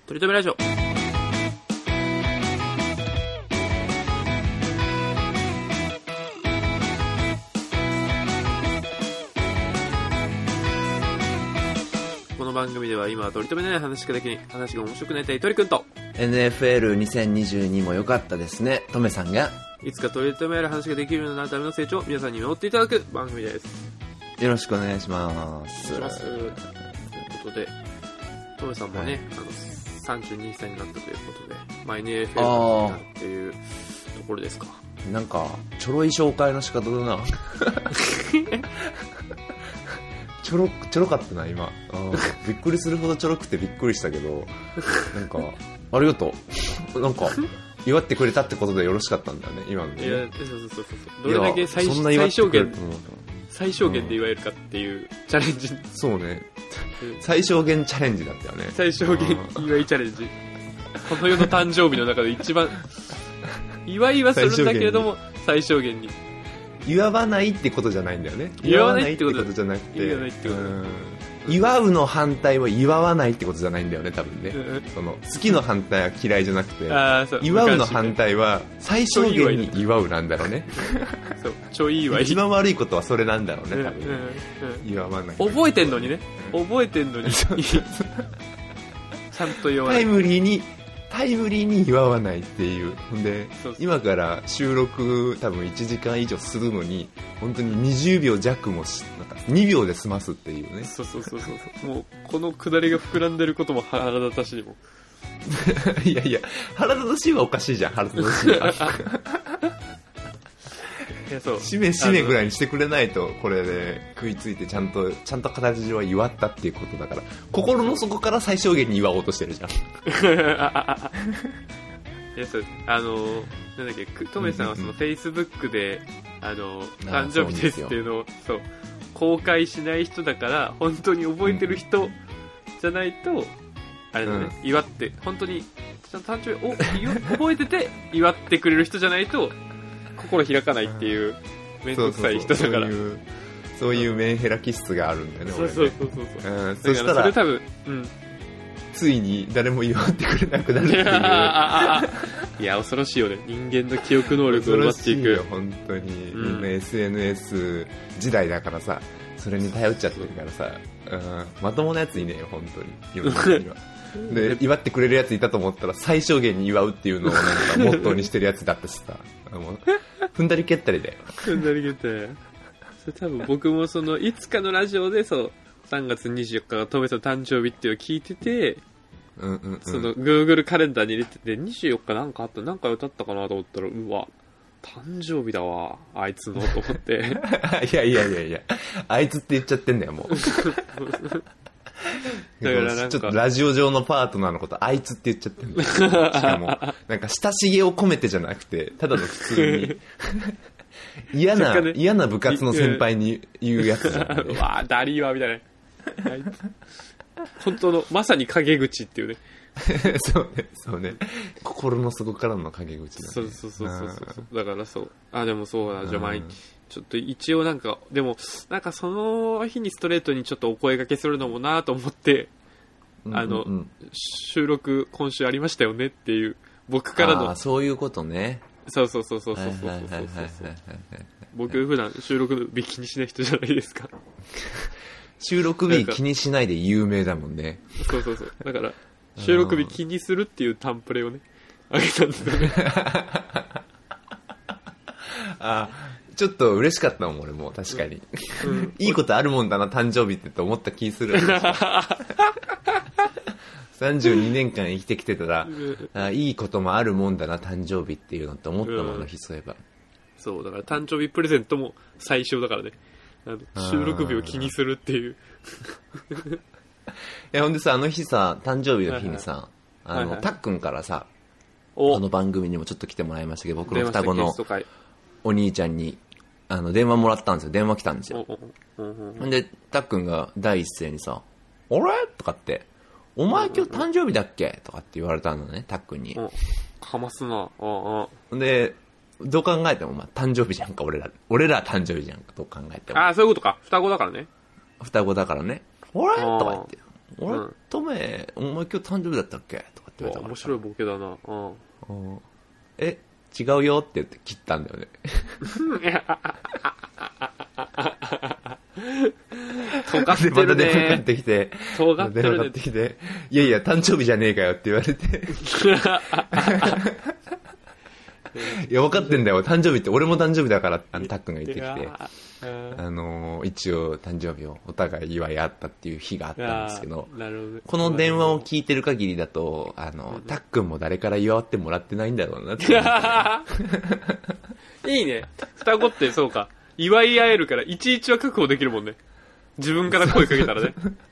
とりとめラジオ。この番組では今は取り留めない話しかだけに話が面白くなりたい鳥くんと NFL2022 も良かったですねトメさんがいつか取り留めある話ができるようになるための成長を皆さんに見守っていただく番組です。 よろしくお願いします。 お願いします。ということでトメさんもね、32歳になったということで、まあ、NFL になったっていうところですか。 なんかちょろい紹介の仕方だなちょろかったな今。びっくりするほどちょろくてびっくりしたけど、なんかありがとうなんか祝ってくれたってことでよろしかったんだよね今のね。 いやそうどれだけ最小限で祝えるかっていうチャレンジ。 そうね、最小限チャレンジだったよね。 最小限祝いチャレンジ。この世の誕生日の中で一番祝いはするんだけれども最小限に祝わないってことじゃないんだよね。 祝わないってことじゃなくて、 祝わないってこと祝うの反対は祝わないってことじゃないんだよね多分ね。その好きの反対は嫌いじゃなくて、祝うの反対は最小限に祝うなんだろうね。 そうちょい祝い。 一番悪いことはそれなんだろうね多分ね。祝わない。 覚えてんのにね。覚えてんのにちゃんと祝わない。 タイムリーに祝わないっていう。ほんで今から収録多分1時間以上するのに本当に20秒弱もなんか2秒で済ますっていうね。 そうもうこのくだりが膨らんでることも腹立たしいもんいや腹立たしいはおかしいじゃん。腹立たしいはいやそう締めぐらいにしてくれないとこれで食いついてちゃんと形上は祝ったっていうことだから、心の底から最小限に祝おうとしてるじゃん。 いやそうなんだっけトメさんはそのフェイスブックで誕生日ですっていうのをそう公開しない人だから、本当に覚えてる人じゃないとあれだね、祝って本当にちゃんと誕生日を覚えてて祝ってくれる人じゃないと心開かないっていうめんどくさい人だから、 そういうメンヘラ気質があるんだよね。 そうそしたらそれ多分、 ついに誰も祝ってくれなくなるっていういや恐ろしいよね。人間の記憶能力を奪っていく。 恐ろしいよ本当に、みんな SNS 時代だからさ、それに頼っちゃってるからさ、まともなやついねえよ本当に世の中には。で祝ってくれるやついたと思ったら最小限に祝うっていうのをなんかモットーにしてるやつだったしさもう踏んだり蹴ったりだよ。 踏んだり蹴ったり。それ多分僕もそのいつかのラジオでそう3月24日がトメさん誕生日っていうのを聞いてて、その Google カレンダーに入れてて24日なんかあったなんか歌ったかなと思ったら、うわ誕生日だわあいつのと思っていやあいつって言っちゃってんだよもうだからなんかちょっとラジオ上のパートナーのことあいつって言っちゃってるんだよ。しかもなんか親しげを込めてじゃなくてただの普通に嫌な部活の先輩に言うやつじゃん、ね、 うわダリーはみたいな本当のまさに陰口っていうねそうね心の底からの陰口だ、ね、 そうだからそうでもそうだじゃあちょっと一応なんかでもなんかその日にストレートにちょっとお声掛けするのもなと思って、収録今週ありましたよねっていう僕からのそういうことね。そう僕普段収録日気にしない人じゃないですか。 収録日気にしないで有名だもんね。 そうだから収録日気にするっていうタンプレをねあげたんですよねちょっと嬉しかったもん俺も確かに、いいことあるもんだな誕生日って思った気する32年間生きてきてたらいいこともあるもんだな誕生日っていうのって思ったもの日そういえば。 そうだから誕生日プレゼントも最小だからね、収録日を気にするっていういやほんでさ日さ誕生日の日にさたっくんからさこの番組にもちょっと来てもらいましたけど、僕の双子のお兄ちゃんに電話もらったんですよ。電話来たんですよ。でたっくんが第一声にさ「あれ?」とかって「お前今日誕生日だっけ?」とかって言われたのねたっくんに。 かますな。 でどう考えても誕生日じゃんか俺ら誕生日じゃんかどう考えても。 そういうことか。双子だからね。 双子だからね。あれとか言って俺、トメ、お前今日誕生日だったっけとかって言われたから。 面白いボケだな。 違うよって言って切ったんだよね。 尖ってるね。 また電話かかってきて、 尖ってるね。 電話かかってきて、いやいや、誕生日じゃねえかよって言われて。いや、分かってんだよ。誕生日って、俺も誕生日だから、タックンが言ってきて、一応誕生日をお互い祝い合ったっていう日があったんですけど、この電話を聞いてる限りだと、タックンも誰から祝ってもらってないんだろうなって思っていいね。双子ってそうか。祝い合えるから、いちいちは確保できるもんね。自分から声かけたらね。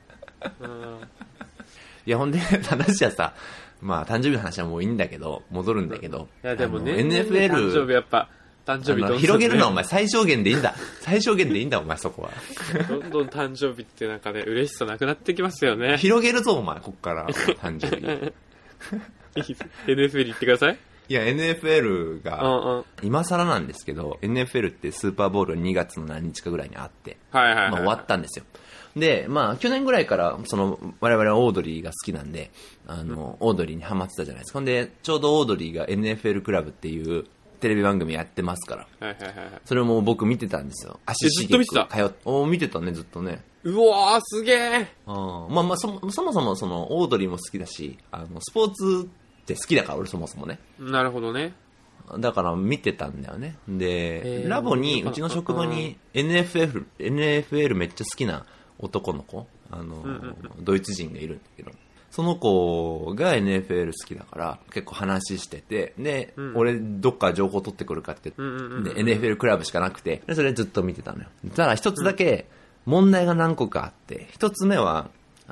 いや、ほんで、話はさ、まあ、誕生日の話はもういいんだけど、戻るんだけど。 いや、でもね、 NFL、 誕生日やっぱ、誕生日どんどん、ね、 広げるのはお前最小限でいいんだ。最小限でいいんだ、お前そこは。 どんどん誕生日ってなんかね、嬉しさなくなってきますよね。 広げるぞ、お前、こっから、誕生日。NFL 行ってください。 いや、NFL が、今更なんですけど、NFL ってスーパーボール2月の何日かぐらいにあって、 はいはいはい、 まあ終わったんですよ。で、まあ、去年ぐらいから、我々はオードリーが好きなんで、オードリーにハマってたじゃないですか。ほんで、ちょうどオードリーが NFL クラブっていうテレビ番組やってますから。 はいはいはい。 それも僕見てたんですよ。 ずっと見てた？ 見てたね、ずっとね。 うわー、すげー。 まあ、そもそもオードリーも好きだし、スポーツって好きだから、俺そもそもね。 なるほどね。 だから見てたんだよね。で、ラボに、うちの職場に NFL めっちゃ好きな男の子、ドイツ人がいるんだけど、その子が NFL 好きだから結構話してて、で、俺どっから情報取ってくるかって、で NFL クラブしかなくて、でそれずっと見てたのよ。ただ一つだけ問題が何個かあって、一つ目は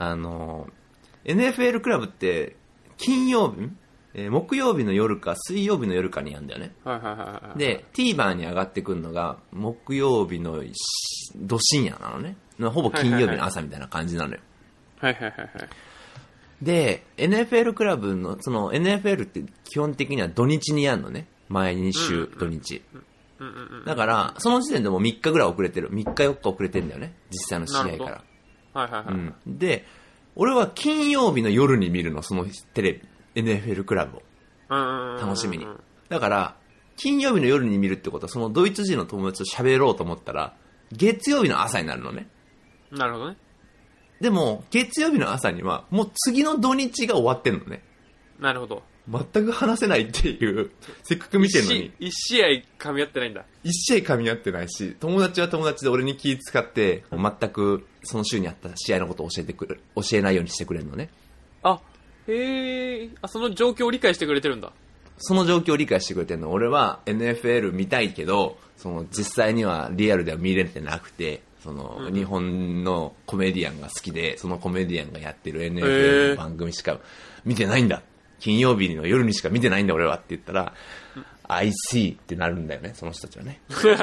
NFL クラブって金曜日木曜日の夜か水曜日の夜かにやるんだよね。で、TVer に上がってくるのが木曜日のど深夜なのね。ほぼ金曜日の朝みたいな感じなのよ。で、NFL クラブの、NFL って基本的には土日にやるのね。毎週土日。だから、その時点でもう3日ぐらい遅れてる。3日4日遅れてるんだよね。実際の試合から。で、俺は金曜日の夜に見るの、そのテレビ。NFL クラブを楽しみに。だから金曜日の夜に見るってことは、そのドイツ人の友達と喋ろうと思ったら月曜日の朝になるのね。 なるほどね。 でも月曜日の朝にはもう次の土日が終わってんのね。 なるほど。 全く話せないっていう、せっかく見てんのに一試合噛み合ってないんだ。 一試合噛み合ってないし、友達は友達で俺に気使って全くその週にあった試合のことを教えないようにしてくれるのね。 その状況を理解してくれてるんだ。 その状況を理解してくれてるの。俺は NFL 見たいけど、実際にはリアルでは見れてなくて、日本のコメディアンが好きで、そのコメディアンがやってる NFL の番組しか見てないんだ。金曜日の夜にしか見てないんだ俺はって言ったら、I see ってなるんだよね、その人たちはね。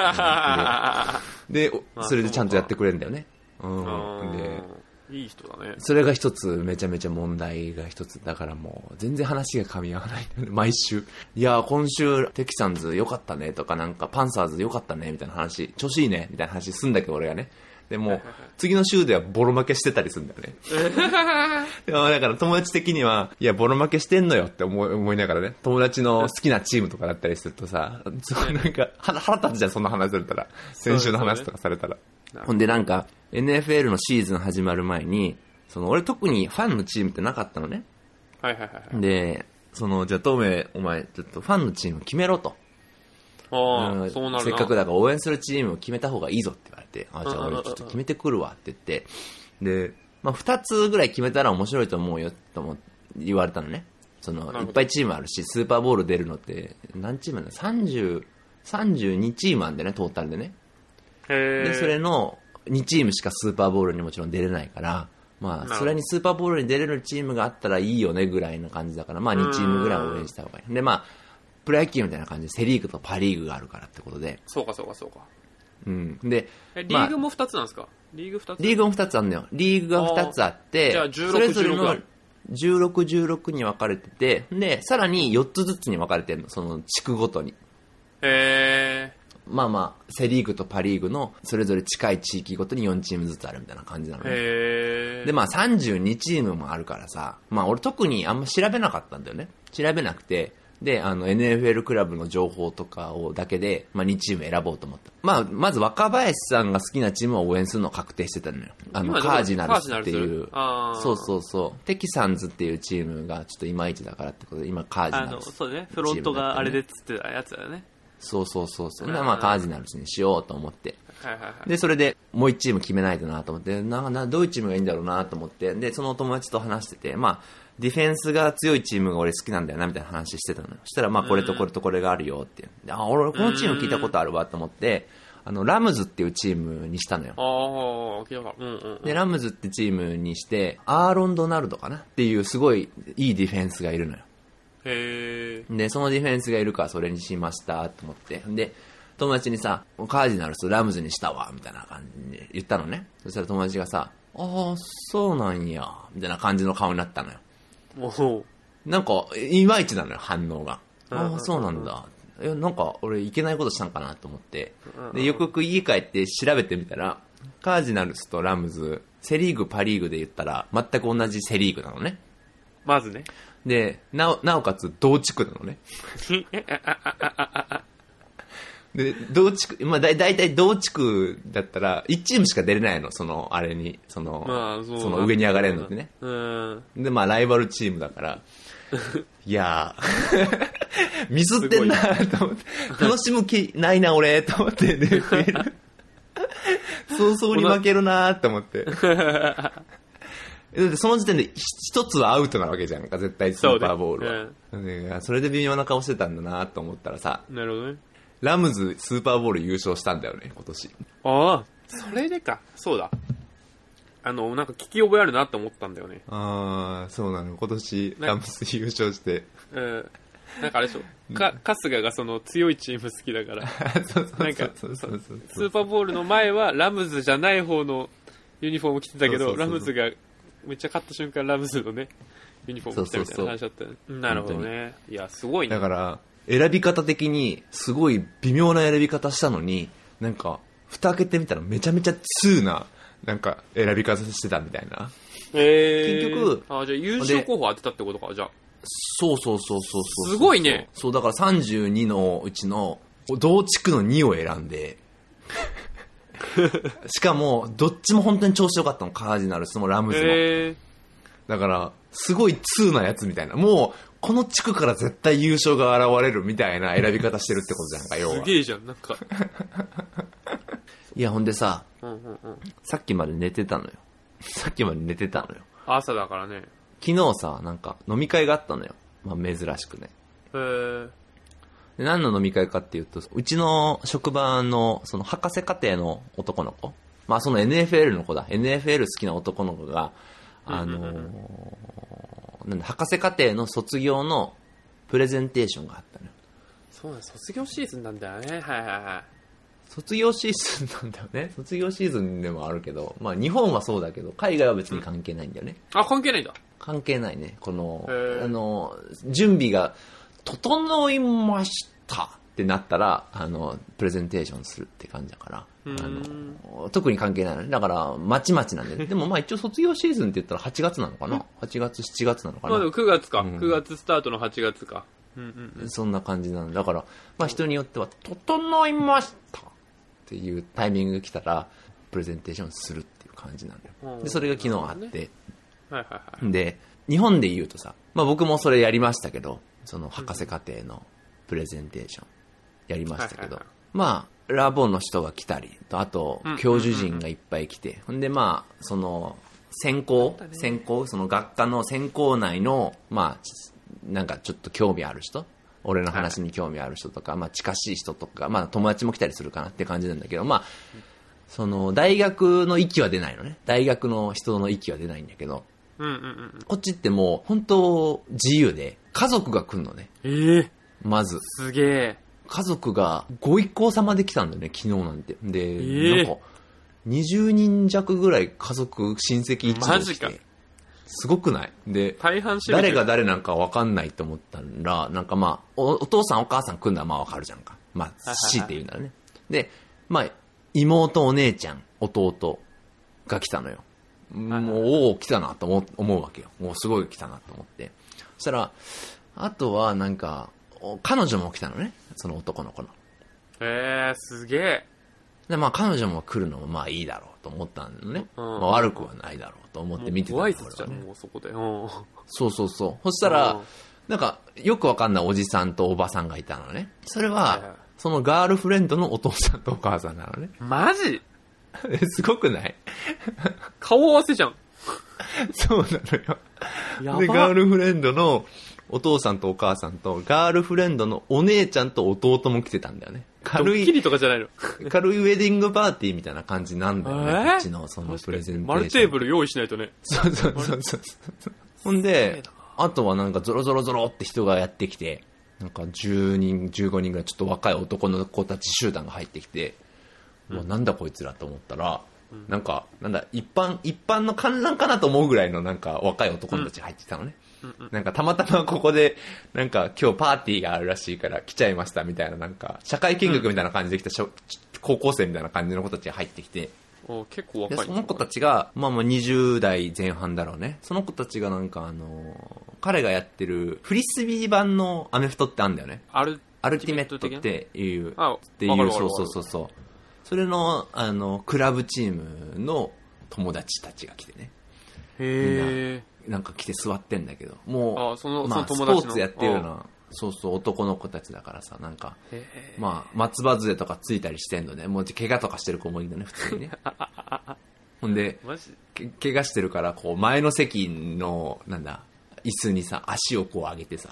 で、それでちゃんとやってくれるんだよね。で、 いい人だね。 それが一つ、めちゃめちゃ問題が一つ。だからもう、全然話が噛み合わないんだよね、毎週。いや、今週、テキサンズ良かったねとか、なんか、パンサーズ良かったねみたいな話、調子いいねみたいな話すんだけど、俺がね。でも、次の週ではボロ負けしてたりするんだよね。でもだから友達的には、いや、ボロ負けしてんのよって思いながらね、友達の好きなチームとかだったりするとさ、なんか、腹立つじゃん、そんな話されたら。先週の話とかされたら。ほんでなんか、NFL のシーズン始まる前に、俺特にファンのチームってなかったのね。で、じゃあ、トメ、お前、ちょっとファンのチーム決めろと。 そうなるな。 せっかくだから応援するチームを決めた方がいいぞって言われて、じゃあ俺ちょっと決めてくるわって言って、で、まあ、2つぐらい決めたら面白いと思うよと言われたのね。いっぱいチームあるし、スーパーボール出るのって、何チームなんだ ?32 チームあるんだよね、トータルでね。で、それの2チームしかスーパーボールにもちろん出れないから、まあ、それにスーパーボールに出れるチームがあったらいいよねぐらいの感じだから、まあ2チームぐらい応援した方がいい。で、まあ、プロ野球みたいな感じでセリーグとパリーグがあるからってことで。 そうか。 うん。で、 リーグも2つなんですか？リーグも2つあるんだよ。リーグが2つあって、 じゃあ16、 それぞれの16、16に分かれてて、で、さらに4つずつに分かれてるの、地区ごとに。 まあまあ、セリーグとパリーグのそれぞれ近い地域ごとに4チームずつあるみたいな感じなのね。で、まあ32チームもあるからさ、まあ俺特にあんま調べなかったんだよね。調べなくて、で、NFL クラブの情報とかをだけで、まあ2チーム選ぼうと思った。まあ、まず若林さんが好きなチームを応援するのを確定してたのよ。カージナルスっていう、そうそうそう、テキサンズっていうチームがちょっといまいちだからってことで、今カージナルス、 そうね、フロントがあれでつってたやつだよね。 そうそうそうそう。まあカージナルスにしようと思って。で、それでもう1チーム決めないとなと思って、どういうチームがいいんだろうなと思って、で、その友達と話してて、まあ、ディフェンスが強いチームが俺好きなんだよなみたいな話してたのよ。そしたらまあこれとこれとこれがあるよっていう。俺このチーム聞いたことあるわと思って、ラムズっていうチームにしたのよ。 聞いたか。 で、ラムズってチームにして、アーロン・ドナルドかなっていうすごいいいディフェンスがいるのよ。で、そのディフェンスがいるからそれにしましたと思って。で、友達にさ、カージナルスラムズにしたわみたいな感じで言ったのね。そしたら友達がさ、そうなんやみたいな感じの顔になったのよ。なんかいまいちなのよ、反応が。そうなんだ。なんか俺いけないことしたんかなと思って、でよくよく家帰って調べてみたら、カージナルスとラムズ、セリーグパリーグで言ったら全く同じセリーグなのね。 まずね。 で、なおかつ同地区なのね。で、同地区、まあだいたい同地区だったら1チームしか出れないの、そのあれに、その上に上がれるのってね。で、まあライバルチームだから、いやーミスってんなと思って、楽しむ気ないな俺と思って、ね、早々に負けるなと思ってだってその時点で一つはアウトなわけじゃんか、絶対スーパーボールは。それで微妙な顔してたんだなと思ったらさ、 なるほどね、 ラムズスーパーボール優勝したんだよね、今年。 ああ、それでか。そうだ、なんか聞き覚えあるなって思ったんだよね。 ああ、そうなの。今年ラムズ優勝して、 なんかあれでしょ、春日がその強いチーム好きだからなんかスーパーボールの前はラムズじゃない方のユニフォーム着てたけど、ラムズがめっちゃ勝った瞬間ラムズのねユニフォーム着たみたいな話だったよね。なるほどね。いやすごいね。 だから選び方的にすごい微妙な選び方したのに、なんか蓋開けてみたらめちゃめちゃ通ななんか選び方してたみたいな。結局、 じゃあ優勝候補当てたってことか。じゃあそうすごいね。 そうだから32のうちの同地区の2を選んでしかもどっちも本当に調子良かったの、カージナルスもラムズも。だからすごい通なやつみたいな、もうこの地区から絶対優勝が現れるみたいな選び方してるってことじゃんか、要は。 すげえじゃん、なんかいやほんでさ、さっきまで寝てたのよ。 朝だからね。 昨日さ、なんか飲み会があったのよ。まあ珍しくね。で何の飲み会かっていうと、うちの職場のその博士課程の男の子、まあその NFL の子だ。NFL 好きな男の子が、なんだ、博士課程の卒業のプレゼンテーションがあったのよ。 そうだ、卒業シーズンなんだよね。はいはいはい。 卒業シーズンなんだよね。卒業シーズンでもあるけど、まあ日本はそうだけど、海外は別に関係ないんだよね。 あ、関係ないんだ。 関係ないね。この、準備が整いましたってなったら、プレゼンテーションするって感じだから、特に関係ないのね。だから、まちまちなんで。でもまあ一応卒業シーズンって言ったら8月なのかな ?8 月、7月なのかな。 まあでも9月か。9月スタートの8月か。 そんな感じなの。だから、まあ人によっては、整いましたっていうタイミングが来たら、プレゼンテーションするっていう感じなんだよ。で、それが昨日あって、で、日本で言うとさ、まあ僕もそれやりましたけど、その博士課程のプレゼンテーションやりましたけど、まあラボの人が来たりと、あと教授陣がいっぱい来て、ほんでまあその専攻、その学科の専攻内のまあなんかちょっと興味ある人、俺の話に興味ある人とか、まあ近しい人とか、まあ友達も来たりするかなって感じなんだけど、まあその大学の域は出ないのね。大学の人の域は出ないんだけど、こっちってもう本当自由で、家族が来るのね。まずすげえ。 家族がご一行様で来たんだよね、昨日なんて。で、なんか20人弱ぐらい家族親戚一同来て、すごくない？で、誰が誰なんか分かんないと思ったら、なんかまあ お父さんお母さん来るのはまあ分かるじゃんか。まあ強いて言うならね。 で、まあ、妹、お姉ちゃん、弟が来たのよ。もう、おー、来たなと思うわけよ。もうすごい来たなと思って。そしたら、あとはなんか、彼女も来たのね。その男の子の。 すげえ。 で、まあ彼女も来るのもまあいいだろうと思ったのね。まあ悪くはないだろうと思って見てたの。 ご挨拶じゃん、もうそこで。 そうそうそう。そしたら、なんか、よくわかんないおじさんとおばさんがいたのね。それは、そのガールフレンドのお父さんとお母さんなのね。 マジすごくない？ 顔合わせじゃん。 そうなのよ。で、ガールフレンドのお父さんとお母さんと、ガールフレンドのお姉ちゃんと弟も来てたんだよね。 軽い。ドッキリとかじゃないの？ 軽いウェディングパーティーみたいな感じなんだよね。こっちのそのプレゼンテーション。 丸テーブル用意しないとね。 そうそうそうそう。ほんで、あとはなんかゾロゾロゾロって人がやってきて、なんか10人、15人ぐらいちょっと若い男の子たち集団が入ってきて、もうなんだこいつらと思ったら、なんか、なんだ、一般の観覧かなと思うぐらいのなんか若い男たちが入ってきたのね。なんかたまたまここで、なんか今日パーティーがあるらしいから来ちゃいましたみたいな、なんか社会見学みたいな感じで来た高校生みたいな感じの子たちが入ってきて、 結構若い。 でその子たちが、まあまあ20代前半だろうね。その子たちがなんか彼がやってるフリスビー版のアメフトってあるんだよね。アルティメットっていう、そう。それの、クラブチームの友達たちが来てね。 へー。なんか来て座ってんだけど、もう、まあ、スポーツやってるような、そうそう、男の子たちだからさ、なんか、まあ、松葉杖とかついたりしてんのね。もう怪我とかしてる子もいるのね、普通にね。ほんで、怪我してるから、こう、前の席の、なんだ、椅子にさ、足をこう上げてさ、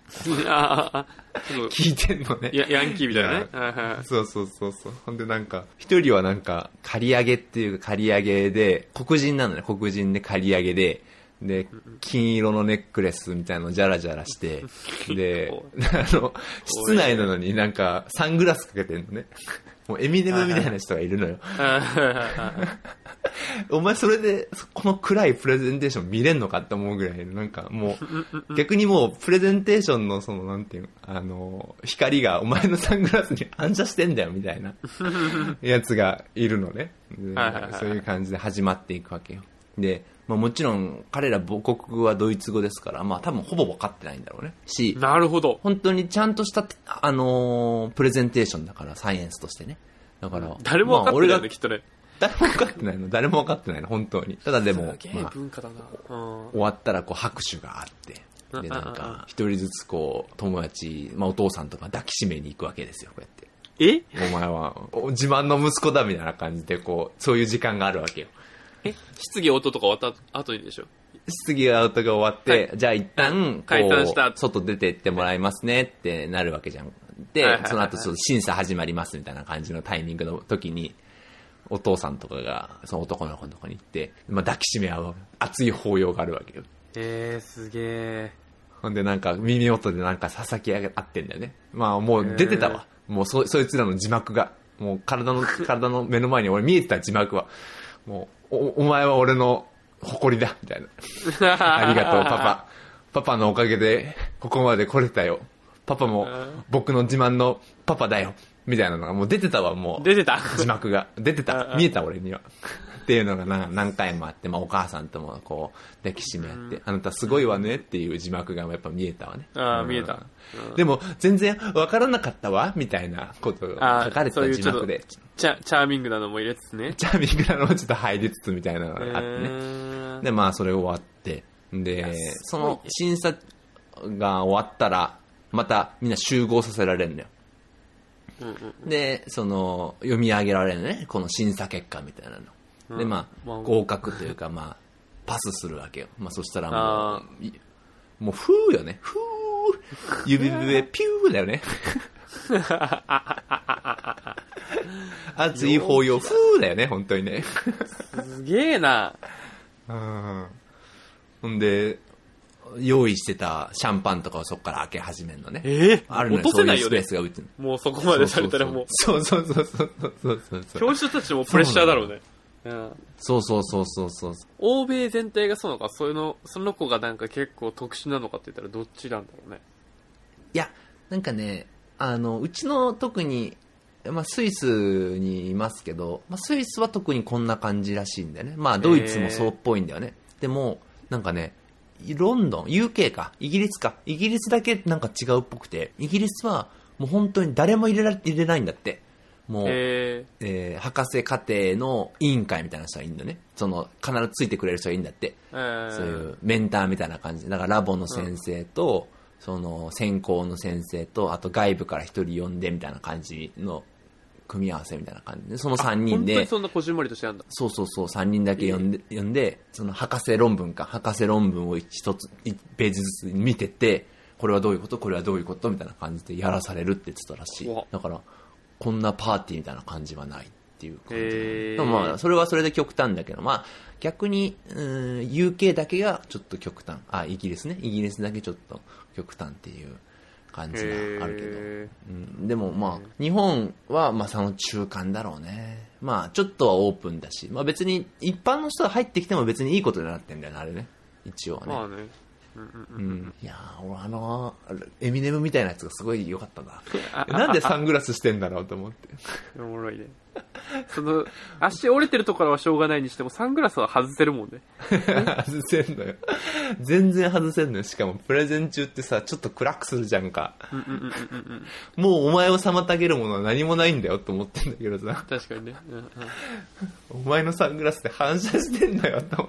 聞いてんのね。 ヤンキーみたいなね。 そう。ほんでなんか、一人はなんか、刈り上げっていうか刈り上げで、黒人なのね、黒人で刈り上げで、で、金色のネックレスみたいなのをジャラジャラして、で、室内なのになんか、サングラスかけてんのね。もうエミネムみたいな人がいるのよ。お前それで、この暗いプレゼンテーション見れんのかって思うぐらい、なんかもう、逆にもうプレゼンテーションのその、なんていうの、光がお前のサングラスに反射してんだよみたいなやつがいるのね。そういう感じで始まっていくわけよ。で、まあ、もちろん彼ら母国語はドイツ語ですから、まあ多分ほぼ分かってないんだろうね。 なるほど。 本当にちゃんとした、プレゼンテーションだから、サイエンスとしてね。だから、 誰も分かってないんだ、きっとね。 誰も分かってないの、本当に。ただでも、 まあ、文化だな。 終わったらこう拍手があって、で、なんか、一人ずつこう、友達、まあお父さんとか抱きしめに行くわけですよ、こうやって。お前は、自慢の息子だみたいな感じで、こう、そういう時間があるわけよ。 質疑応答とか終わった後にでしょ？ 質疑応答が終わって、じゃあ一旦、こう、外出てってもらいますねってなるわけじゃん。で、その後審査始まりますみたいな感じのタイミングの時に、お父さんとかが、その男の子のとこに行って、まあ、抱きしめ合う熱い抱擁があるわけよ。 すげえ。 ほんでなんか耳元でなんかささき合ってんだよね。まあもう出てたわ。もうそいつらの字幕が。もう体の目の前に俺見えてた字幕は。もう、お前は俺の誇りだ、みたいな。ありがとう、パパ。パパのおかげで、ここまで来れたよ。パパも、僕の自慢のパパだよ。みたいなのがもう出てたわ、もう。 出てた。 字幕が。出てた。見えた、俺には。っていうのが何回もあって、まあお母さんともこう、抱きしめ合って、あなたすごいわねっていう字幕がやっぱ見えたわね。 見えた。 でも、全然わからなかったわ、みたいなことが書かれてた字幕で。 チャーミングなのも入れつつね。 チャーミングなのもちょっと入りつつみたいなのがあってね。で、まあそれ終わって、で、その審査が終わったら、またみんな集合させられるのよ。で、読み上げられるね、この審査結果みたいなの。で、まあ、合格というか、まあ、パスするわけよ。まあ、そしたらもう、ふーよね。ふー。指笛、ピューだよね。熱い抱擁、ふーだよね、本当にね。 すげえな。 ほんで、用意してたシャンパンとかをそこから開け始めるのね。 あるのよ、落とせないよね。 そういうスペースがうちもうそこまでされたらもう。 そう。 教授たちもプレッシャーだろうね。 そう。 欧米全体がそうなのか、その子がなんか結構特殊なのかって言ったらどっちなんだろうね。 いや、なんかね、うちの特にまあ、スイスにいますけど、まあ、スイスは特にこんな感じらしいんだよね。まあ、ドイツもそうっぽいんだよね。でも、なんかね、ロンドン、UK か、イギリスだけなんか違うっぽくて、イギリスはもう本当に誰も入れないんだって。もう、博士課程の委員会みたいな人がいるんだね。その、必ずついてくれる人がいるんだって。そういうメンターみたいな感じで。だからラボの先生と、その、専攻の先生と、あと外部から一人呼んでみたいな感じの組み合わせみたいな感じで、その3人で。 本当にそんなこじんまりとしてあるんだ。 そう、3人だけ呼んで、その博士論文を一ページずつ見てて、これはどういうことこれはどういうことみたいな感じでやらされるって言ってたらしい。だから、こんなパーティーみたいな感じはないっていう感じ。でもまあ、それはそれで極端だけど、まあ、逆に、UK だけがちょっと極端。イギリスね。イギリスだけちょっと極端っていう感じがあるけど。でもまあ、日本はまあその中間だろうね。まあ、ちょっとはオープンだし、まあ別に一般の人が入ってきても別にいいことになってんだよね、あれね。一応はね。 まあね。 いやー、俺エミネムみたいなやつがすごい良かったな。なんでサングラスしてんだろうと思って。 おもろいね。その、足折れてるところはしょうがないにしても、サングラスは外せるもんね。 外せんのよ。全然外せんのよ。しかも、プレゼン中ってさ、ちょっと暗くするじゃんか。もうお前を妨げるものは何もないんだよと思ってんだけどさ。 確かにね。 お前のサングラスで反射してんだよと思って。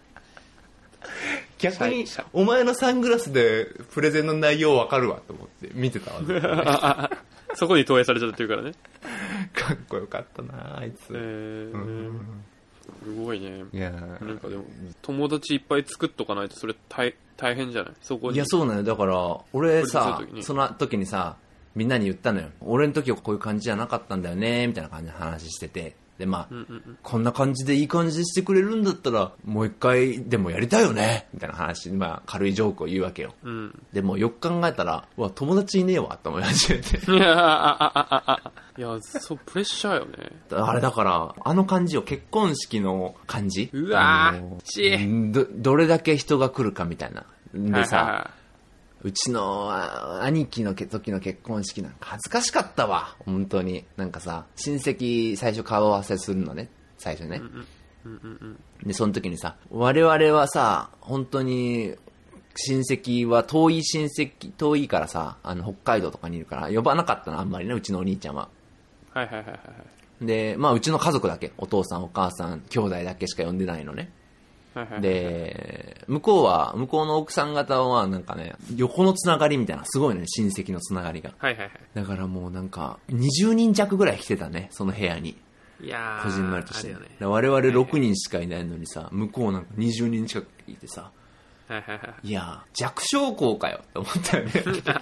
逆に、お前のサングラスでプレゼンの内容わかるわと思って見てたわ。 そこに投影されちゃってるからね。 かっこよかったなあいつ。 すごいね。 いやなんかでも、友達いっぱい作っとかないとそれ大変じゃないそこに。 いや、そうなのよ。だから、俺さ、その時にさ、みんなに言ったのよ。俺の時はこういう感じじゃなかったんだよね、みたいな感じで話してて。で、まあ、こんな感じでいい感じでしてくれるんだったら、もう一回でもやりたいよねみたいな話、まあ、軽いジョークを言うわけよ。でも、よく考えたら、友達いねえわ、と思い始めて。 いや、そう、プレッシャーよね。 あれだから、あの感じよ、結婚式の感じ。 うわー、 どれだけ人が来るかみたいな。でさ、うちの兄貴の時の結婚式なんか恥ずかしかったわ、本当に。なんかさ、親戚最初顔合わせするのね、最初ね。で、その時にさ、我々はさ、本当に、親戚は遠いからさ、北海道とかにいるから呼ばなかったの、あんまりね、うちのお兄ちゃんは。で、まあうちの家族だけ、お父さんお母さん兄弟だけしか呼んでないのね。で、向こうの奥さん方はなんかね、横のつながりみたいな、すごいね、親戚のつながりが。だからもうなんか、20人弱ぐらい来てたね、その部屋に。 いやこじんまりとして。我々6人しかいないのにさ、向こうなんか20人近くいてさ、いや弱小校かよって思ったよね。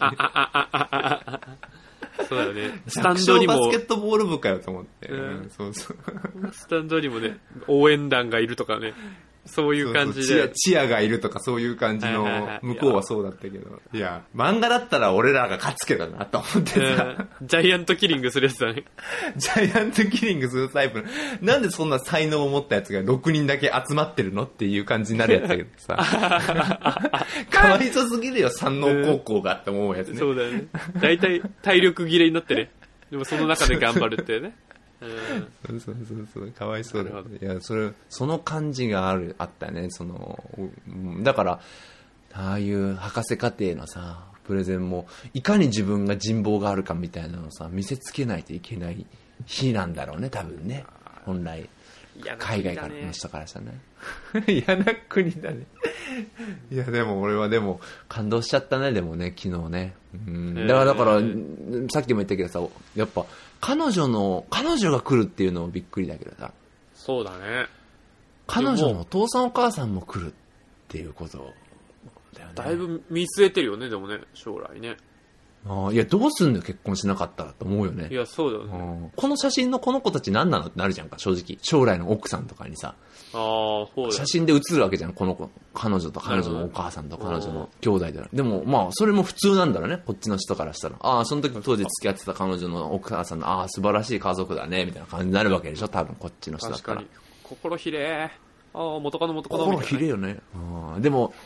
そうだよね。スタンドにも。 バスケットボール部かよと思って。そうそう。 スタンドにもね、応援団がいるとかね。そういう感じで。 チアがいるとかそういう感じの、向こうはそうだったけど。いや、漫画だったら俺らが勝つけどなと思ってさ。 ジャイアントキリングするやつだね。 ジャイアントキリングするタイプの。なんでそんな才能を持ったやつが6人だけ集まってるのっていう感じになるやつだけどさ。かわいそすぎるよ、山王高校がって思うやつね。 そうだよね。大体体力切れになってね。でもその中で頑張るってね。 そうかわいそうだ。いや、その感じがあったね。だからああいう博士課程のさプレゼンもいかに自分が人望があるかみたいなのをさ見せつけないといけない日なんだろうね、多分ね。本来海外からの人からしたらね。嫌な国だね。いやでも俺は感動しちゃったね。でもね、昨日ね。だからさっきも言ったけどさ、やっぱ彼女が来るっていうのもびっくりだけどさ。 そうだね。 彼女のお父さんお母さんも来るっていうことだよね。 だいぶ見据えてるよね、でもね、将来ね。 いや、どうすんの結婚しなかったらと思うよね。 いや、そうだよね。 この写真のこの子たち何なのってなるじゃんか、正直。将来の奥さんとかにさ。 そうだよ。 写真で写るわけじゃん、この子。彼女と彼女のお母さんと彼女の兄弟で。でも、まあ、それも普通なんだろうね、こっちの人からしたら。その時当時付き合ってた彼女のお母さんの、素晴らしい家族だね、みたいな感じになるわけでしょ、多分こっちの人だったら。 確かに。心ひれー。元カノ。 心ひれよね。でも、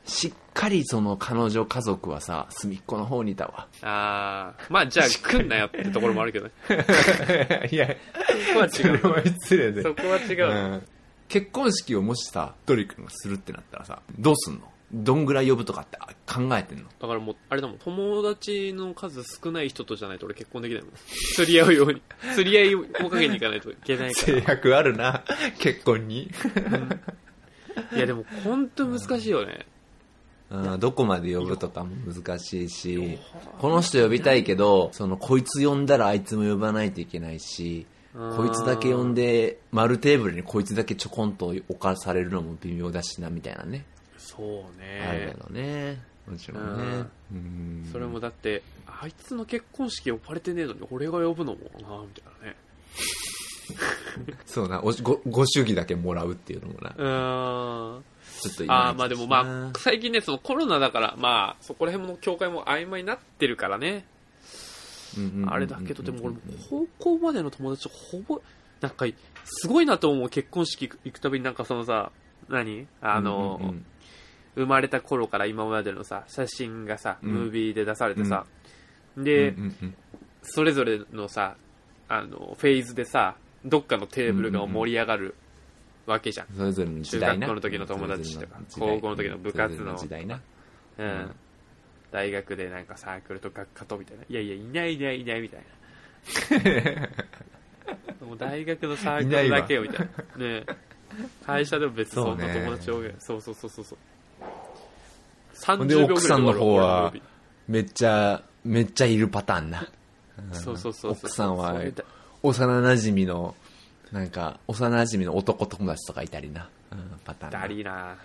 しっかりその彼女家族はさ、隅っこの方にいたわ。 ああ、まあじゃあ来んなよってところもあるけどね。 いや、 そこは違う。 それは失礼で。 そこは違う、 うん。結婚式をもしさ、トリ君がするってなったらさ、どうすんの？どんぐらい呼ぶとかって考えてんの？ だからもう、あれだもん、友達の数少ない人とじゃないと俺結婚できないもん。釣り合うように。釣り合いをかけに行かないといけないから。 制約あるな、結婚に。 いやでも、ほんと難しいよね。 どこまで呼ぶとかも難しいし、この人呼びたいけど、こいつ呼んだらあいつも呼ばないといけないし、こいつだけ呼んで、丸テーブルにこいつだけちょこんと置かされるのも微妙だしな、みたいなね。 そうね。 あるけどね。もちろんね。 それもだって、あいつの結婚式呼ばれてねえのに俺が呼ぶのもな、みたいなね。 そうな、ご祝儀だけもらうっていうのもな。ちょっと今まあでもまあ、最近ね、そのコロナだから、まあ、そこら辺の境界も曖昧になってるからね。あれだけど、でも俺も高校までの友達ほぼ、なんか、すごいなと思う。結婚式行くたびになんかそのさ、生まれた頃から今までのさ、写真がさ、ムービーで出されてさ、で、それぞれのさ、フェーズでさ、どっかのテーブルが盛り上がるわけじゃん。 それぞれの時代な。 中学校の時の友達とか、高校の時の部活の時代な。 大学でなんかサークルと学科とみたいな。いやいや、いないみたいな。もう大学のサークルだけよみたいな。ね、会社でも別にそんな友達多い。そう。30秒ぐらいで奥さんの方はめっちゃいるパターンな。 そう奥さんは幼馴染のなんか幼馴染の男友達とかいたりな、パターン。 ダリーな。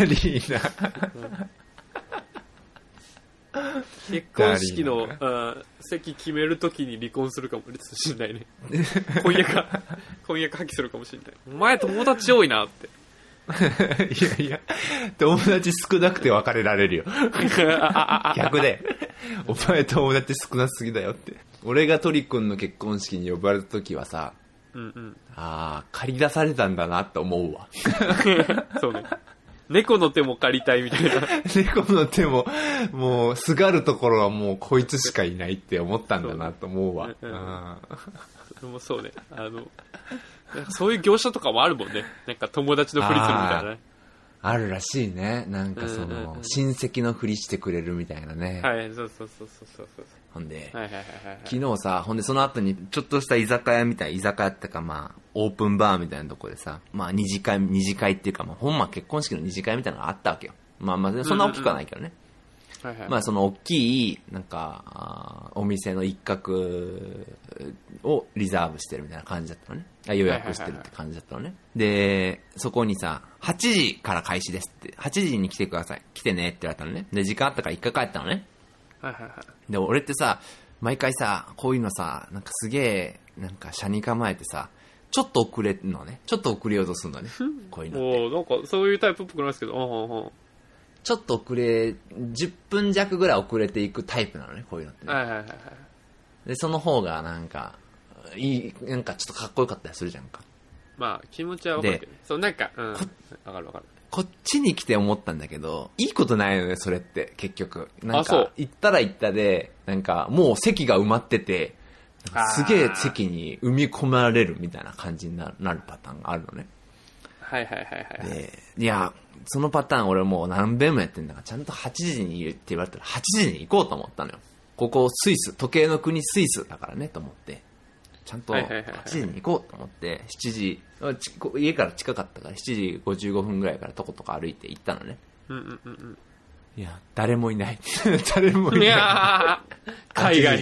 結婚式の席決めるときに離婚するかもしんないね。婚約破棄するかもしんない。お前友達多いなって。 いや友達少なくて別れられるよ。逆で、お前友達少なすぎだよって。俺がトリ君の結婚式に呼ばれた時はさ、借り出されたんだなって思うわ。 そうね。猫の手も借りたいみたいな。 猫の手も、もう、すがるところはもうこいつしかいないって思ったんだなと思うわ。 それもそうね。そういう業者とかもあるもんね。なんか友達のふりするみたいなね。 あるらしいね。なんか親戚のふりしてくれるみたいなね。 はい、そう。 ほんで、 昨日さ、その後にちょっとした居酒屋ってかまあ、オープンバーみたいなとこでさ、まあ二次会っていうか、まあほんま結婚式の二次会みたいなのがあったわけよ。まあそんな大きくはないけどね。まあその大きい、なんか、お店の一角をリザーブしてるみたいな感じだったのね。予約してるって感じだったのね。で、そこにさ、8時から開始ですって、8時に来てください。来てねって言われたのね。で、時間あったから一回帰ったのね。で、俺ってさ、毎回さ、こういうのさ、なんかすげえ、なんか車に構えてさ、ちょっと遅れるのね。ちょっと遅れようとするのね。こういうのって。 なんかそういうタイプっぽくないですけど、 ちょっと10分弱ぐらい遅れていくタイプなのね、こういうのってね。で、その方がなんか、なんかちょっとかっこよかったりするじゃんか。 まあ、気持ちはわかるけどね。そう、なんか、わかる。 こっちに来て思ったんだけど、いいことないよね、それって、結局。なんか、行ったら行ったで、なんか、もう席が埋まってて、すげえ席に埋め込まれるみたいな感じになるパターンがあるのね。で、いや、そのパターン俺もう何遍もやってんだから、ちゃんと8時にいるって言われたら8時に行こうと思ったのよ。ここスイス、時計の国スイスだからね、と思って。ちゃんと8時に行こうと思って、7時、家から近かったから7時55分ぐらいからとことか歩いて行ったのね。いや、誰もいない。誰もいない。いや海外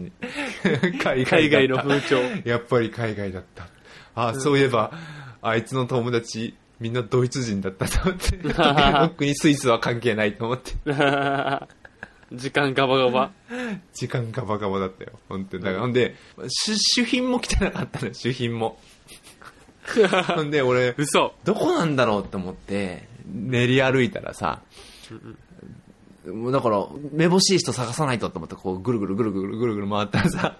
の風潮。 やっぱり海外だった。そういえば、あいつの友達、みんなドイツ人だったと思って。時計の国スイスは関係ないと思って。 時間ガバガバだったよ。本当に。だから、ほんで、主賓も来てなかったの、主賓も。ほんで、俺、どこなんだろうって思って、練り歩いたらさ、だから、めぼしい人探さないとって思って、こう、ぐるぐる回ったらさ、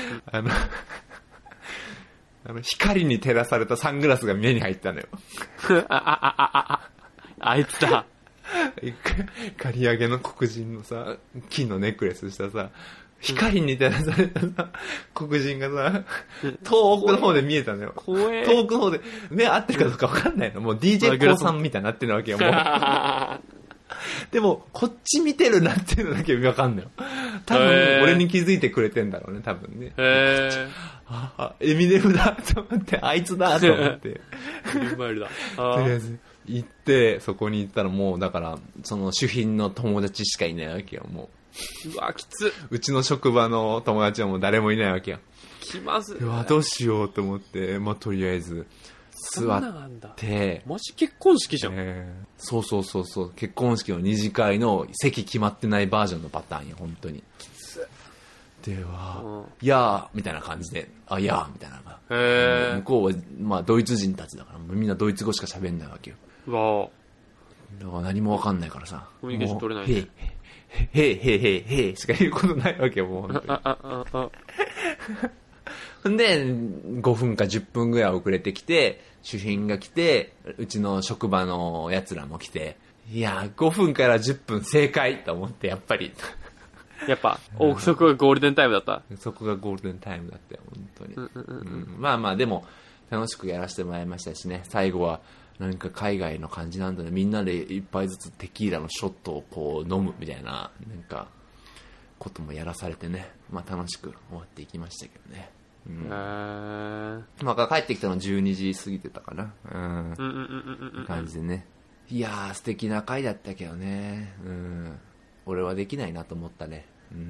光に照らされたサングラスが目に入ったのよ。 あいつだ。 刈り上げの黒人のさ、金のネックレスしたさ、光に照らされたさ、黒人がさ、遠くの方で見えたのよ。遠くの方で、目合ってるかどうか分かんないの。もう DJ コウさんみたいになってるわけよ、もう。でも、こっち見てるなっていうのだけ分かんないよ。多分、俺に気づいてくれてんだろうね、多分ね。エミネムだと思って、あいつだと思って。エミネムだ。 とりあえず、行って、そこに行ったらもう、だから、その主賓の友達しかいないわけよ、もう。うわ、きつ。 うちの職場の友達はもう誰もいないわけよ。 気まずい。 うわ、どうしようと思って、まあ、とりあえず、座って、 マジ結婚式じゃん。 そうそうそうそう、結婚式の二次会の席決まってないバージョンのパターンよ、本当に。 きつ。 では、やーみたいな感じで、あ、やーみたいなのが。向こうは、まあ、ドイツ人たちだから、みんなドイツ語しか喋んないわけよ。 うわだから何もわかんないからさ。 コミュニケーション取れない、ね。 へいしか言うことないわけよ、もう本当に。で、5分か10分ぐらい遅れてきて、主賓が来て、うちの職場の奴らも来て、いや、5分から10分正解と思って、やっぱり。 やっぱ、そこがゴールデンタイムだった。 そこがゴールデンタイムだったよ、本当に。まあまあ、でも、楽しくやらせてもらいましたしね、最後は、なんか海外の感じなんだね。みんなで一杯ずつテキーラのショットをこう飲むみたいな、なんか、こともやらされてね。まあ楽しく終わっていきましたけどね。まあ帰ってきたの12時過ぎてたかな。感じでね。いやー、素敵な回だったけどね。俺はできないなと思ったね。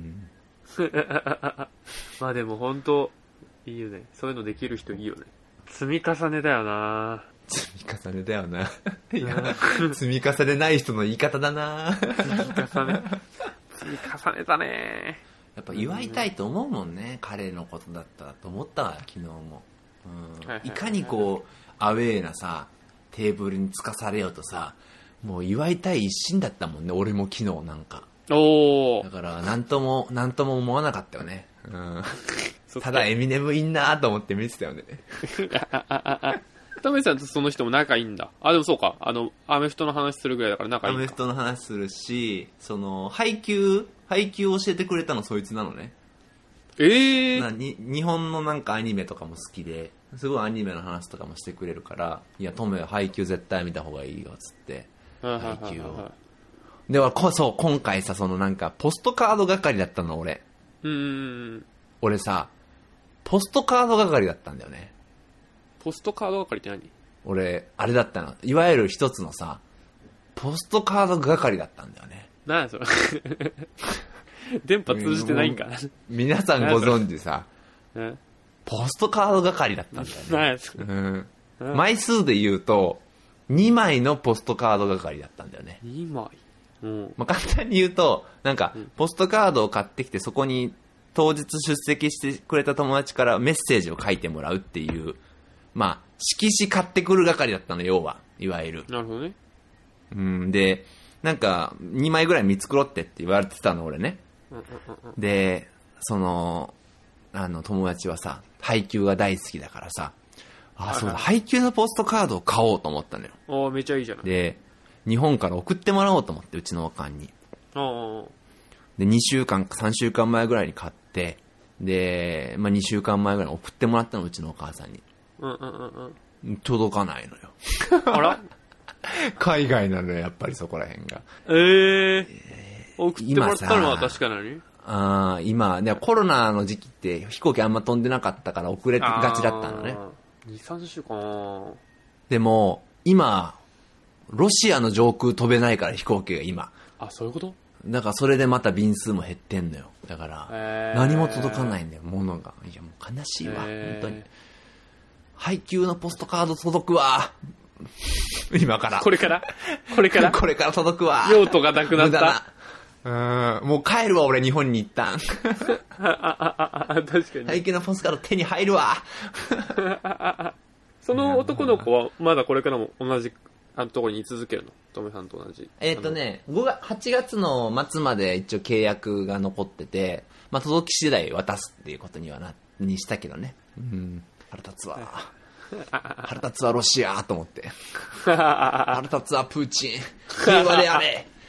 まあでも本当いいよね。そういうのできる人いいよね。積み重ねだよな。 積み重ねだよな。いや、積み重ねない人の言い方だな。 積み重ねたね。 やっぱ祝いたいと思うもんね、彼のことだったらと思ったわ、昨日も。いかにこうアウェーなさテーブルにつかされようとさ、もう祝いたい一心だったもんね、俺も昨日なんか。だからなんとも思わなかったよね。ただエミネムいんなと思って見てたよね。 タメさんとその人も仲いいんだ。あ、でもそうか。アメフトの話するぐらいだから仲いいか。 アメフトの話するし、その、配球を教えてくれたのそいつなのね。日本のなんかアニメとかも好きで、すごいアニメの話とかもしてくれるから、いや、トメは配球絶対見た方がいいよ、つって。配球を。では、そう、今回さ、そのなんか、ポストカード係だったの、俺。俺さ、ポストカード係だったんだよね。 ポストカード係って何？ 俺、あれだったの。いわゆる一つのさ、ポストカード係だったんだよね。 何やそれ。電波通じてないんかな。 皆さんご存知さ、ポストカード係だったんだよね。 何やそれ。 枚数で言うと、2枚のポストカード係だったんだよね。 2枚？ まあ、簡単に言うと、なんか、ポストカードを買ってきて、そこに当日出席してくれた友達からメッセージを書いてもらうっていう、まあ、色紙買ってくる係だったの、要は。いわゆる。 なるほどね。 で、なんか、2枚ぐらい見繕ってって言われてたの、俺ね。で、その、友達はさ、配給が大好きだからさ、そうだ、配給のポストカードを買おうと思ったのよ。 めちゃいいじゃない。 で、日本から送ってもらおうと思って、うちのおかんに。で、2週間か3週間前ぐらいに買って、で、まあ、2週間前ぐらいに送ってもらったの、うちのお母さんに。届かないのよ。 あら海外なのよ、やっぱりそこら辺が。 送ってもらったのは確かなに？ 今、コロナの時期って飛行機あんま飛んでなかったから遅れがちだったのね。 2、3週間。 でも、今、ロシアの上空飛べないから飛行機が今。 そういうこと？ だからそれでまた便数も減ってんのよ。だから、何も届かないんだよ、物が。いや、もう悲しいわ、本当に。配給のポストカード届くわ。今から。 これからこれから届くわ。 用途がなくなった。 もう帰るわ、俺、日本に一旦。 確かに。 配給のポストカード手に入るわ。 その男の子はまだこれからも同じところに居続けるの？トメさんと同じ。 8月の末まで一応契約が残ってて、まあ、届き次第渡すっていうことにしたけどね。腹立つわ。腹立つわ、ロシアと思って。腹立つわ、プーチン。平和であれ。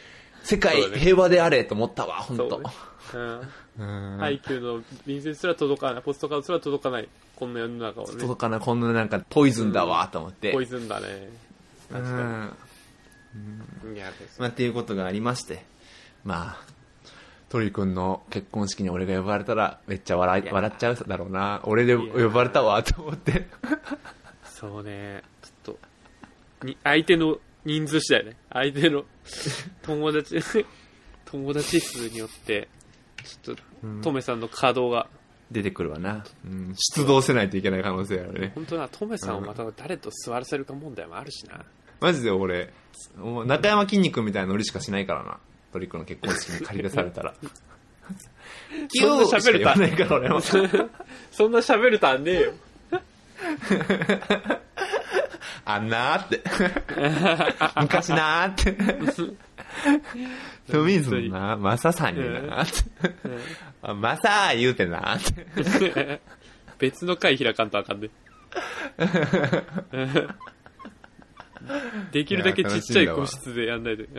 世界平和であれと思ったわ、本当。 ね、配給の便箋すら届かない、ポストカードすら届かない、こんな世の中をね。 届かない、こんななんかポイズンだわと思って。 ポイズンだね。確かに。いや、 まあ、っていうことがありまして、まあ、鳥くんの結婚式に俺が呼ばれたらめっちゃ笑っちゃうだろうな。俺で呼ばれたわと思って。 そうね、ちょっと相手の人数次第ね。相手の友達数によってちょっとトメさんの稼働が出てくるわな。出動せないといけない可能性あるね。 本当な、トメさんをまた誰と座らせるか問題もあるしな。 マジで俺中山きんに君みたいなノリしかしないからな。トリックの結婚式に借り出されたらそんな喋るたないから俺もそんな喋るたんねえよあんなーって昔なーってトミーズのなマサさんになーってマサー言うてなーって別の会開かんとあかんでできるだけちっちゃい個室でやんないで、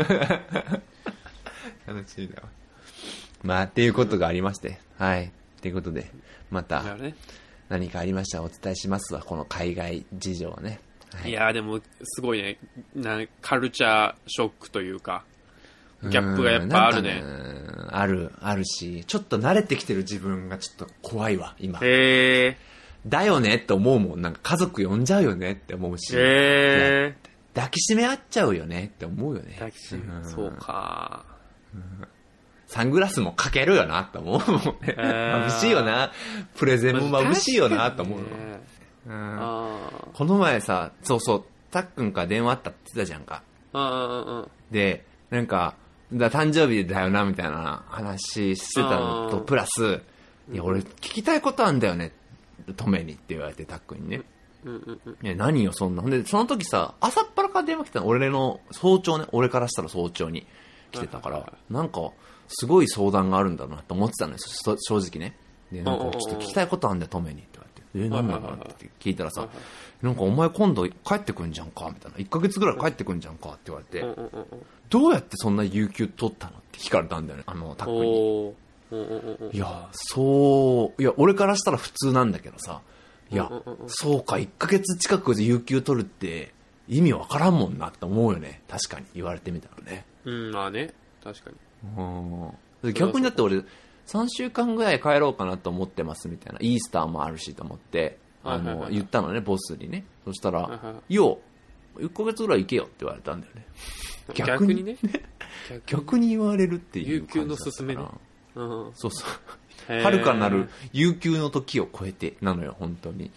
楽しいな。まあっていうことがありまして、はいっていうことでまた何かありましたらお伝えしますわ、この海外事情はね。 はい、いやでもすごいね、カルチャーショックというかギャップがやっぱあるね。 あるし、ちょっと慣れてきてる自分がちょっと怖いわ今。だよねって思うもん。なんか家族呼んじゃうよねって思うし、抱きしめ合っちゃうよねって思うよね。 抱きしめ、そうか。 サングラスもかけるよなって思うもんね。眩しいよな。プレゼンも眩しいよなって思うの。この前さ、そうたっくんから電話あったって言ってたじゃんか。で、なんか誕生日だよなみたいな話してたのとプラス、いや俺聞きたいことあんだよねトメにって言われて、タックにね。何よそんな。ほんでその時さ、朝っぱらから電話来たの。俺の早朝ね、俺からしたら早朝に来てたから、なんかすごい相談があるんだなと思ってたのよ、正直ね。で、なんかちょっと聞きたいことあんだよトメにって言われて、何なのって聞いたらさ、なんかお前今度帰ってくんじゃんかみたいな、1ヶ月ぐらい帰ってくんじゃんかって言われて、どうやってそんな有給取ったのって聞かれたんだよね、タックに。いや俺からしたら普通なんだけどさ、いや、そうか、1ヶ月近くで有給取るって意味わからんもんなって思うよね。確かに言われてみたらね。 まあね、確かに。逆にだって俺3週間ぐらい帰ろうかなと思ってますみたいな、イースターもあるしと思って言ったのね、ボスにね。そしたら、いや1ヶ月ぐらい行けよって言われたんだよね。 逆にね逆に言われるっていう感じだったから。有給の勧めね。 そう遥かなる有給の時を超えてなのよ本当に。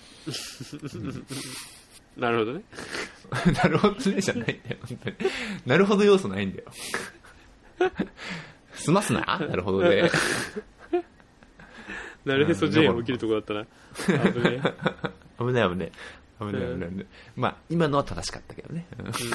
なるほどね。 なるほどねじゃないんだよ本当に。なるほど要素ないんだよ。済ますな。なるほどね。 なるへそ J も起きるとこだったな。 危ない。まあ今のは正しかったけどね。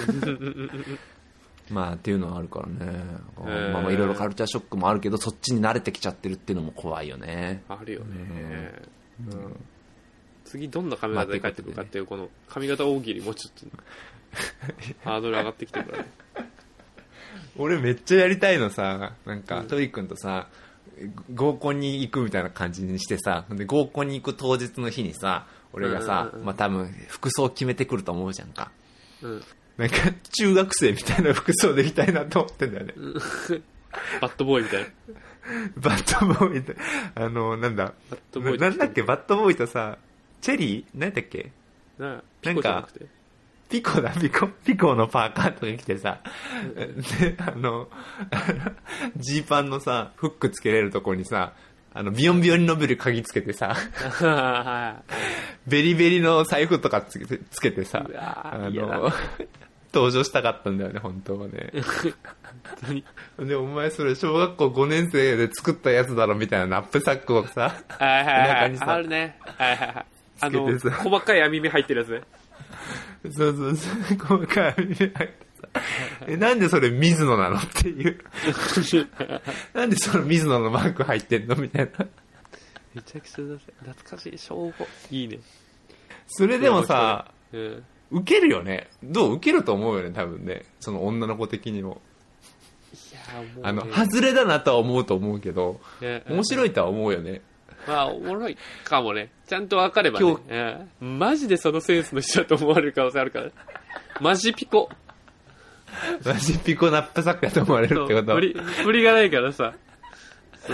まあっていうのはあるからね。まあいろいろカルチャーショックもあるけど、そっちに慣れてきちゃってるっていうのも怖いよね。 あるよね。次どんな髪型で帰ってくるかっていう、この髪型大喜利もちょっとハードル上がってきてるからね。 俺めっちゃやりたいのさ、なんかトイ君とさ合コンに行くみたいな感じにしてさ、で合コンに行く当日の日にさ、俺がさ、まあ多分服装決めてくると思うじゃんか。なんか中学生みたいな服装でいたいなと思ってんだよね。 バッドボーイみたいな。 バッドボーイみたいな。なんだなんだっけ、バッドボーイとさ、チェリー何だっけ、なんかピコのパーカーとか着てさ、でジーパンのさフックつけれるとこにさ、ビヨンビヨンに伸びる鍵つけてさベリベリの財布とかつけてさ、登場したかったんだよね本当はね。でお前それ小学校5年生で作ったやつだろみたいなナップサックをさ、 中にさあるね、細かい網目入ってるやつね。 そう細かい網目入ってさ、なんでそれ水野なのっていうなんでその水野のマーク入ってんのみたいな。 めちゃくちゃ懐かしい。小5いいね。 それでもさ、受けるよね。どう受けると思うよね多分ね、その女の子的にも。 外れだなとは思うと思うけど、面白いとは思うよね。 まあ、おもろいかもね。ちゃんと分かればね。マジでそのセンスの人だと思われる可能性あるから。マジピコ。 マジピコナップサックだと思われるってこと。 振りがないからさ。そう。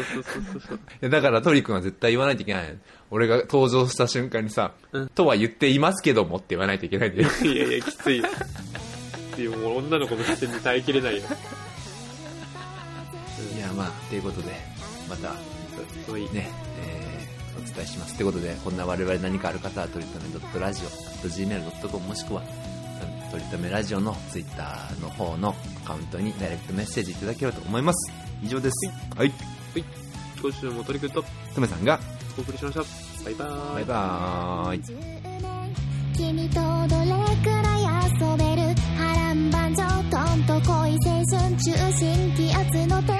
だからトリ君は絶対言わないといけない。俺が登場した瞬間にさ、とは言っていますけどもって言わないといけないんだよ。 いや、きつい。もう女の子の視点に耐えきれないよ。 いや、まあ、ということで、また、ね、お伝えします。ということで、こんな我々何かある方は、とりとめ.radio@gmail.com もしくは、とりとめラジオのツイッターの方のアカウントにダイレクトメッセージいただければと思います。以上です。はい。 今週もとりくんととめさんがお送りしました。バイバーイ。 君とどれくらい遊べる波乱万丈トンと恋青春中心気圧の